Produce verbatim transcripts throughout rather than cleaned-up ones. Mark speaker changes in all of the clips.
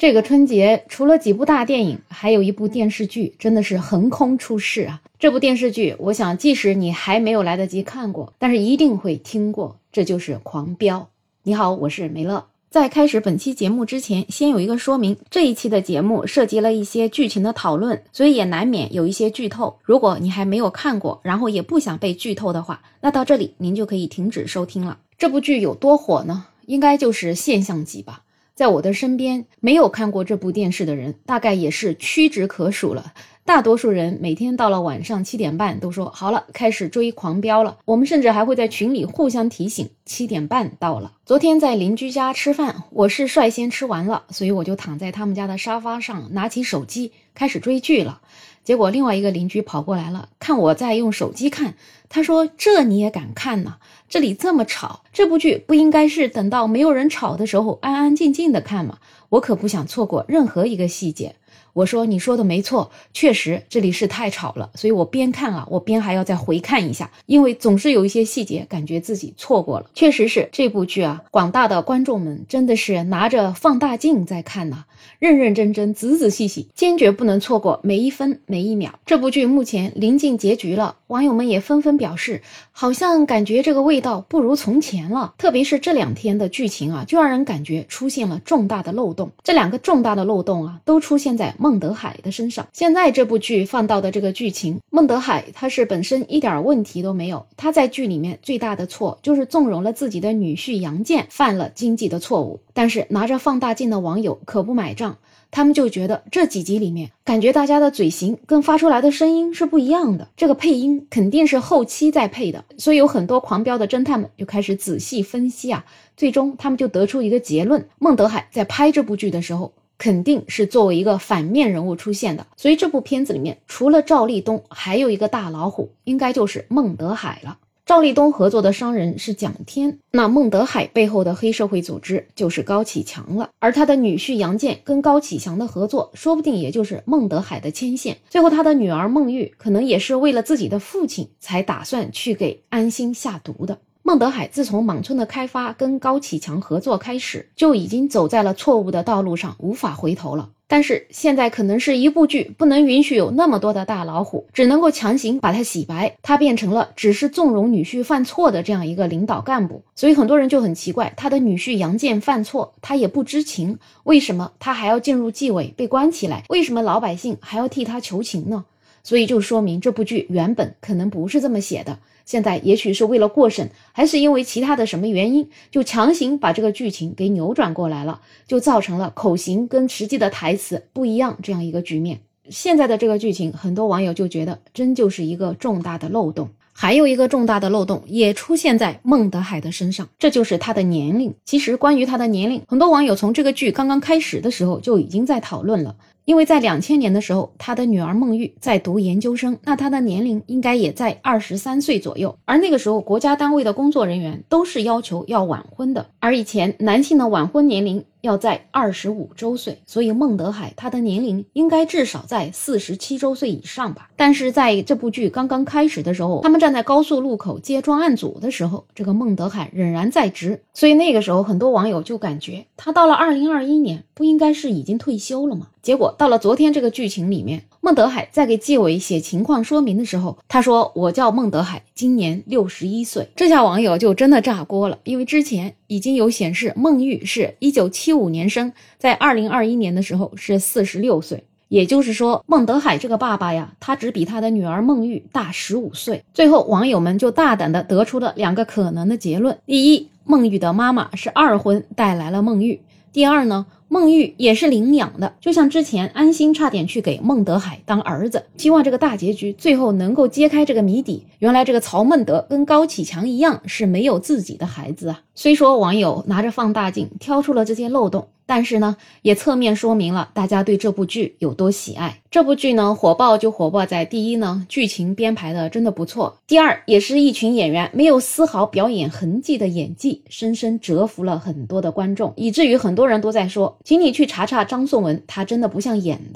Speaker 1: 这个春节除了几部大电影，还有一部电视剧真的是横空出世啊！这部电视剧我想即使你还没有来得及看过，但是一定会听过，这就是《狂飙》。你好，我是梅乐。在开始本期节目之前，先有一个说明，这一期的节目涉及了一些剧情的讨论，所以也难免有一些剧透。如果你还没有看过，然后也不想被剧透的话，那到这里您就可以停止收听了。这部剧有多火呢？应该就是现象级吧。在我的身边，没有看过这部电视的人，大概也是屈指可数了。大多数人每天到了晚上七点半都说好了，开始追狂飙了。我们甚至还会在群里互相提醒，七点半到了。昨天在邻居家吃饭，我是率先吃完了，所以我就躺在他们家的沙发上，拿起手机开始追剧了。结果另外一个邻居跑过来了，看我在用手机看，他说这你也敢看呢？这里这么吵，这部剧不应该是等到没有人吵的时候安安静静的看吗？我可不想错过任何一个细节。我说你说的没错，确实这里是太吵了，所以我边看啊，我边还要再回看一下，因为总是有一些细节感觉自己错过了。确实是这部剧啊，广大的观众们真的是拿着放大镜在看呐、啊，认认真真仔仔细细，坚决不能错过每一分每一秒。这部剧目前临近结局了，网友们也纷纷表示好像感觉这个味道不如从前了，特别是这两天的剧情啊，就让人感觉出现了重大的漏洞。这两个重大的漏洞啊，都出现在孟德海的身上。现在这部剧放到的这个剧情，孟德海他是本身一点问题都没有，他在剧里面最大的错就是纵容了自己的女婿杨健犯了经济的错误。但是拿着放大镜的网友可不买账，他们就觉得这几集里面感觉大家的嘴型跟发出来的声音是不一样的，这个配音肯定是后期再配的。所以有很多狂飙的侦探们就开始仔细分析啊，最终他们就得出一个结论，孟德海在拍这部剧的时候肯定是作为一个反面人物出现的。所以这部片子里面除了赵立东，还有一个大老虎，应该就是孟德海了。赵立东合作的商人是蒋天，那孟德海背后的黑社会组织就是高启强了，而他的女婿杨健跟高启强的合作说不定也就是孟德海的牵线。最后他的女儿孟玉可能也是为了自己的父亲才打算去给安心下毒的。孟德海自从莽村的开发跟高启强合作开始，就已经走在了错误的道路上，无法回头了。但是现在可能是一部剧不能允许有那么多的大老虎，只能够强行把他洗白，他变成了只是纵容女婿犯错的这样一个领导干部。所以很多人就很奇怪，他的女婿杨健犯错他也不知情，为什么他还要进入纪委被关起来？为什么老百姓还要替他求情呢？所以就说明这部剧原本可能不是这么写的，现在也许是为了过审，还是因为其他的什么原因，就强行把这个剧情给扭转过来了，就造成了口型跟实际的台词不一样这样一个局面。现在的这个剧情，很多网友就觉得真就是一个重大的漏洞。还有一个重大的漏洞也出现在孟德海的身上，这就是他的年龄。其实关于他的年龄，很多网友从这个剧刚刚开始的时候就已经在讨论了。因为在两千年的时候，他的女儿孟玉在读研究生，那他的年龄应该也在二十三岁左右。而那个时候国家单位的工作人员都是要求要晚婚的，而以前男性的晚婚年龄要在二十五周岁，所以孟德海他的年龄应该至少在四十七周岁以上吧。但是在这部剧刚刚开始的时候，他们站在高速路口接专案组的时候，这个孟德海仍然在职，所以那个时候很多网友就感觉他到了二零二一年不应该是已经退休了吗？结果到了昨天这个剧情里面，孟德海在给纪委写情况说明的时候，他说我叫孟德海，今年六十一岁。这下网友就真的炸锅了，因为之前已经有显示孟玉是一九七五年生，在二零二一年的时候是四十六岁。也就是说孟德海这个爸爸呀，他只比他的女儿孟玉大十五岁。最后网友们就大胆的得出了两个可能的结论。第一，孟玉的妈妈是二婚带来了孟玉。第二呢，孟玉也是领养的，就像之前安心差点去给孟德海当儿子。希望这个大结局最后能够揭开这个谜底，原来这个曹孟德跟高启强一样是没有自己的孩子啊。虽说网友拿着放大镜挑出了这些漏洞，但是呢也侧面说明了大家对这部剧有多喜爱。这部剧呢火爆就火爆在第一呢，剧情编排的真的不错，第二也是一群演员没有丝毫表演痕迹的演技，深深折服了很多的观众，以至于很多人都在说请你去查查张颂文，他真的不像演的。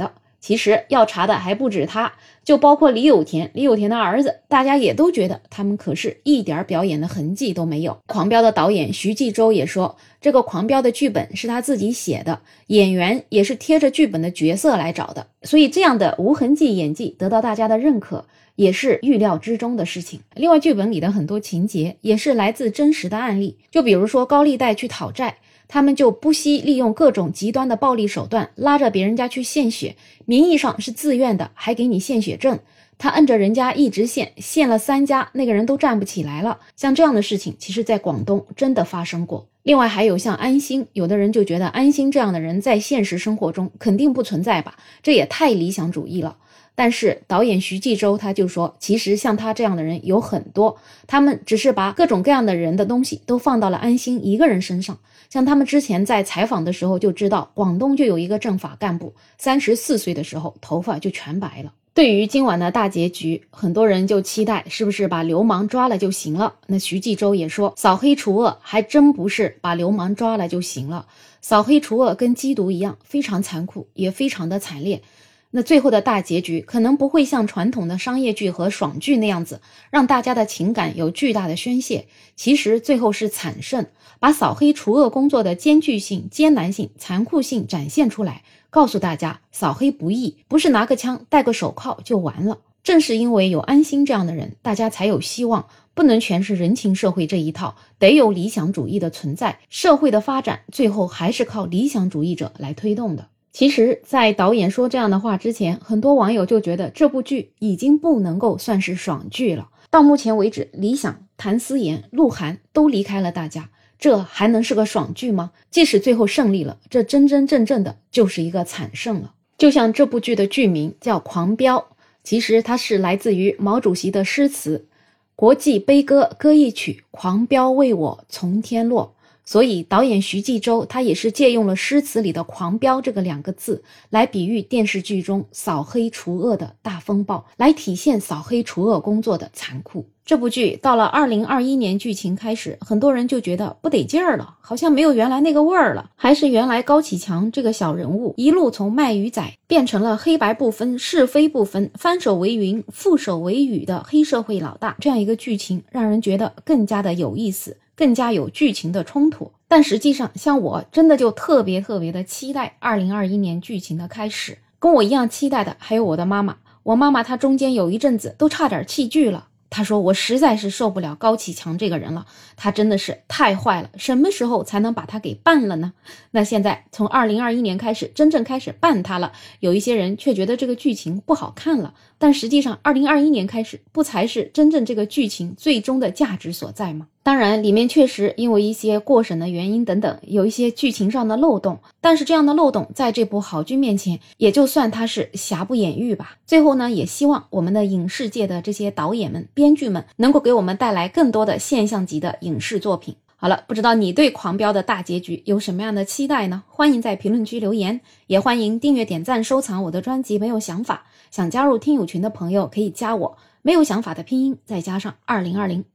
Speaker 1: 其实要查的还不止他，就包括李有田，李有田的儿子，大家也都觉得他们可是一点表演的痕迹都没有。狂飙的导演徐纪周也说，这个狂飙的剧本是他自己写的，演员也是贴着剧本的角色来找的，所以这样的无痕迹演技得到大家的认可，也是预料之中的事情。另外，剧本里的很多情节也是来自真实的案例，就比如说高利贷去讨债，他们就不惜利用各种极端的暴力手段，拉着别人家去献血，名义上是自愿的，还给你献血证，他摁着人家一直献，献了三家，那个人都站不起来了。像这样的事情其实在广东真的发生过。另外还有像安心，有的人就觉得安心这样的人在现实生活中肯定不存在吧，这也太理想主义了。但是导演徐纪周他就说，其实像他这样的人有很多，他们只是把各种各样的人的东西都放到了安心一个人身上。像他们之前在采访的时候就知道，广东就有一个政法干部，三十四岁的时候头发就全白了。对于今晚的大结局，很多人就期待是不是把流氓抓了就行了。那徐纪周也说，扫黑除恶还真不是把流氓抓了就行了，扫黑除恶跟缉毒一样，非常残酷，也非常的惨烈。那最后的大结局可能不会像传统的商业剧和爽剧那样子，让大家的情感有巨大的宣泄，其实最后是惨胜，把扫黑除恶工作的艰巨性、艰难性、残酷性展现出来，告诉大家扫黑不易，不是拿个枪戴个手铐就完了。正是因为有安心这样的人，大家才有希望，不能全是人情社会这一套，得有理想主义的存在，社会的发展最后还是靠理想主义者来推动的。其实在导演说这样的话之前，很多网友就觉得这部剧已经不能够算是爽剧了。到目前为止，李想、谭思妍、鹿晗都离开了大家，这还能是个爽剧吗？即使最后胜利了，这真真正正的就是一个惨胜了。就像这部剧的剧名叫《狂飙》，其实它是来自于毛主席的诗词，国际悲歌歌一曲，狂飙为我从天落。所以导演徐纪周他也是借用了诗词里的狂飙这个两个字，来比喻电视剧中扫黑除恶的大风暴，来体现扫黑除恶工作的残酷。这部剧到了二零二一年剧情开始，很多人就觉得不得劲儿了，好像没有原来那个味儿了，还是原来高启强这个小人物一路从卖鱼仔变成了黑白不分、是非不分、翻手为云覆手为雨的黑社会老大，这样一个剧情让人觉得更加的有意思，更加有剧情的冲突。但实际上像我真的就特别特别的期待二零二一年剧情的开始，跟我一样期待的还有我的妈妈。我妈妈她中间有一阵子都差点弃剧了，她说我实在是受不了高启强这个人了，他真的是太坏了，什么时候才能把他给办了呢？那现在从二零二一年开始真正开始办他了，有一些人却觉得这个剧情不好看了，但实际上二零二一年开始不才是真正这个剧情最终的价值所在吗？当然里面确实因为一些过审的原因等等，有一些剧情上的漏洞，但是这样的漏洞在这部好剧面前也就算它是瑕不掩瑜吧。最后呢，也希望我们的影视界的这些导演们、编剧们能够给我们带来更多的现象级的影视作品。好了，不知道你对狂飙的大结局有什么样的期待呢？欢迎在评论区留言，也欢迎订阅点赞收藏我的专辑没有想法。想加入听友群的朋友可以加我，没有想法的拼音再加上二零二零。